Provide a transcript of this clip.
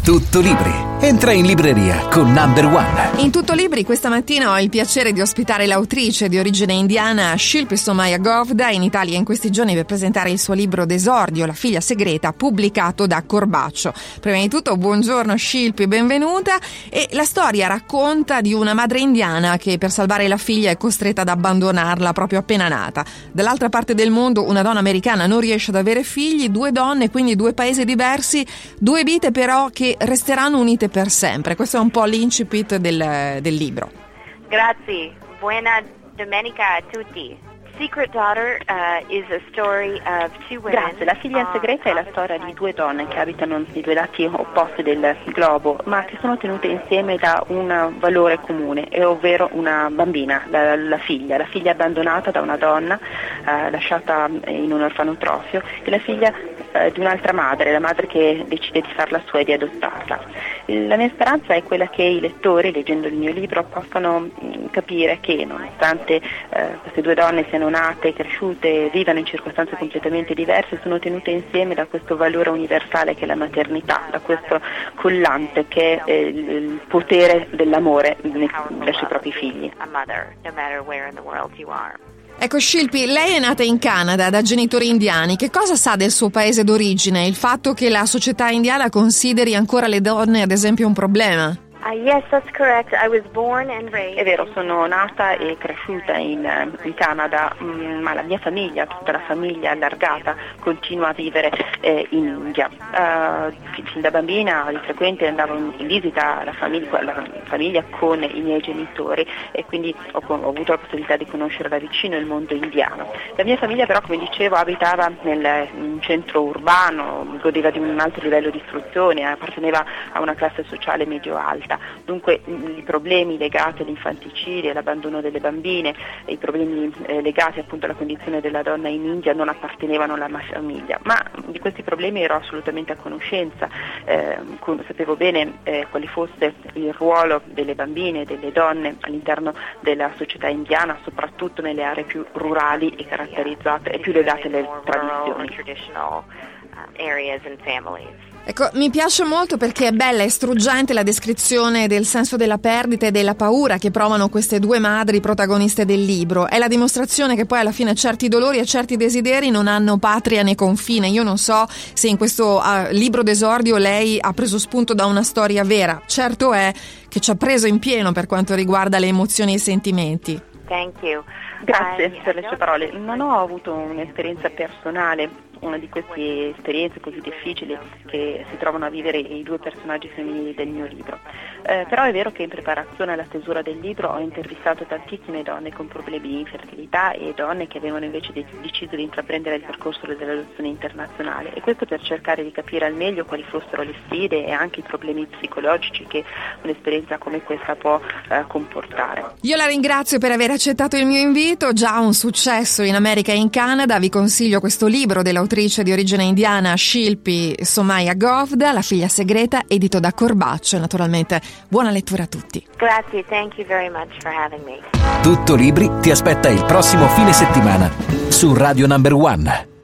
Tutto Libri. Entra in libreria con Number One. In Tutto Libri questa mattina ho il piacere di ospitare l'autrice di origine indiana Shilpi Somaya Govda in Italia in questi giorni per presentare il suo libro d'esordio, La figlia segreta, pubblicato da Corbaccio. Prima di tutto, buongiorno Shilpi, benvenuta. E la storia racconta di una madre indiana che per salvare la figlia è costretta ad abbandonarla proprio appena nata. Dall'altra parte del mondo una donna americana non riesce ad avere figli, due donne, quindi due paesi diversi, due vite però che resteranno unite per sempre. Questo è un po' l'incipit del libro. Grazie, buona domenica a tutti. Secret Daughter is a story of two women. Grazie, La figlia segreta è la storia di due donne che abitano i due lati opposti del globo, ma che sono tenute insieme da un valore comune, ovvero una bambina, la figlia abbandonata da una donna, lasciata in un orfanotrofio, e la figlia di un'altra madre, la madre che decide di farla sua e di adottarla. La mia speranza è quella che i lettori, leggendo il mio libro, possano capire che nonostante queste due donne siano nate, cresciute, vivano in circostanze completamente diverse, sono tenute insieme da questo valore universale che è la maternità, da questo collante che è il potere dell'amore verso i propri figli. Ecco Shilpi, lei è nata in Canada da genitori indiani. Che cosa sa del suo paese d'origine? Il fatto che la società indiana consideri ancora le donne, ad esempio, un problema? Yes, that's correct. I was born and raised. È vero, sono nata e cresciuta in Canada, ma la mia famiglia, tutta la famiglia allargata, continua a vivere in India. Fin da bambina di frequente andavo in visita alla famiglia con i miei genitori e quindi ho avuto la possibilità di conoscere da vicino il mondo indiano. La mia famiglia però, come dicevo, abitava in un centro urbano, godeva di un alto livello di istruzione, apparteneva a una classe sociale medio-alta. Dunque i problemi legati all'infanticidio, all'abbandono delle bambine, i problemi legati appunto alla condizione della donna in India non appartenevano alla mia famiglia, ma di questi problemi ero assolutamente a conoscenza, sapevo bene quale fosse il ruolo delle bambine e delle donne all'interno della società indiana, soprattutto nelle aree più rurali e caratterizzate e più legate alle tradizioni. Ecco, mi piace molto perché è bella e struggente la descrizione del senso della perdita e della paura che provano queste due madri protagoniste del libro. È la dimostrazione che poi alla fine certi dolori e certi desideri non hanno patria né confine. Io non so se in questo libro d'esordio lei ha preso spunto da una storia vera. Certo è che ci ha preso in pieno per quanto riguarda le emozioni e i sentimenti. Thank you. Grazie per le sue parole. Non ho avuto un'esperienza personale, una di queste esperienze così difficili che si trovano a vivere i due personaggi femminili del mio libro. Però è vero che in preparazione alla stesura del libro ho intervistato tantissime donne con problemi di infertilità e donne che avevano invece deciso di intraprendere il percorso dell'adozione internazionale, e questo per cercare di capire al meglio quali fossero le sfide e anche i problemi psicologici che un'esperienza come questa può comportare. Io la ringrazio per aver accettato il mio invito, già un successo in America e in Canada. Vi consiglio questo libro dell'autrice di origine indiana Shilpi Somaya Govda, La figlia segreta, edito da Corbaccio. Naturalmente buona lettura a tutti. Grazie, thank you very much for having me. Tutto Libri ti aspetta il prossimo fine settimana su Radio Number One.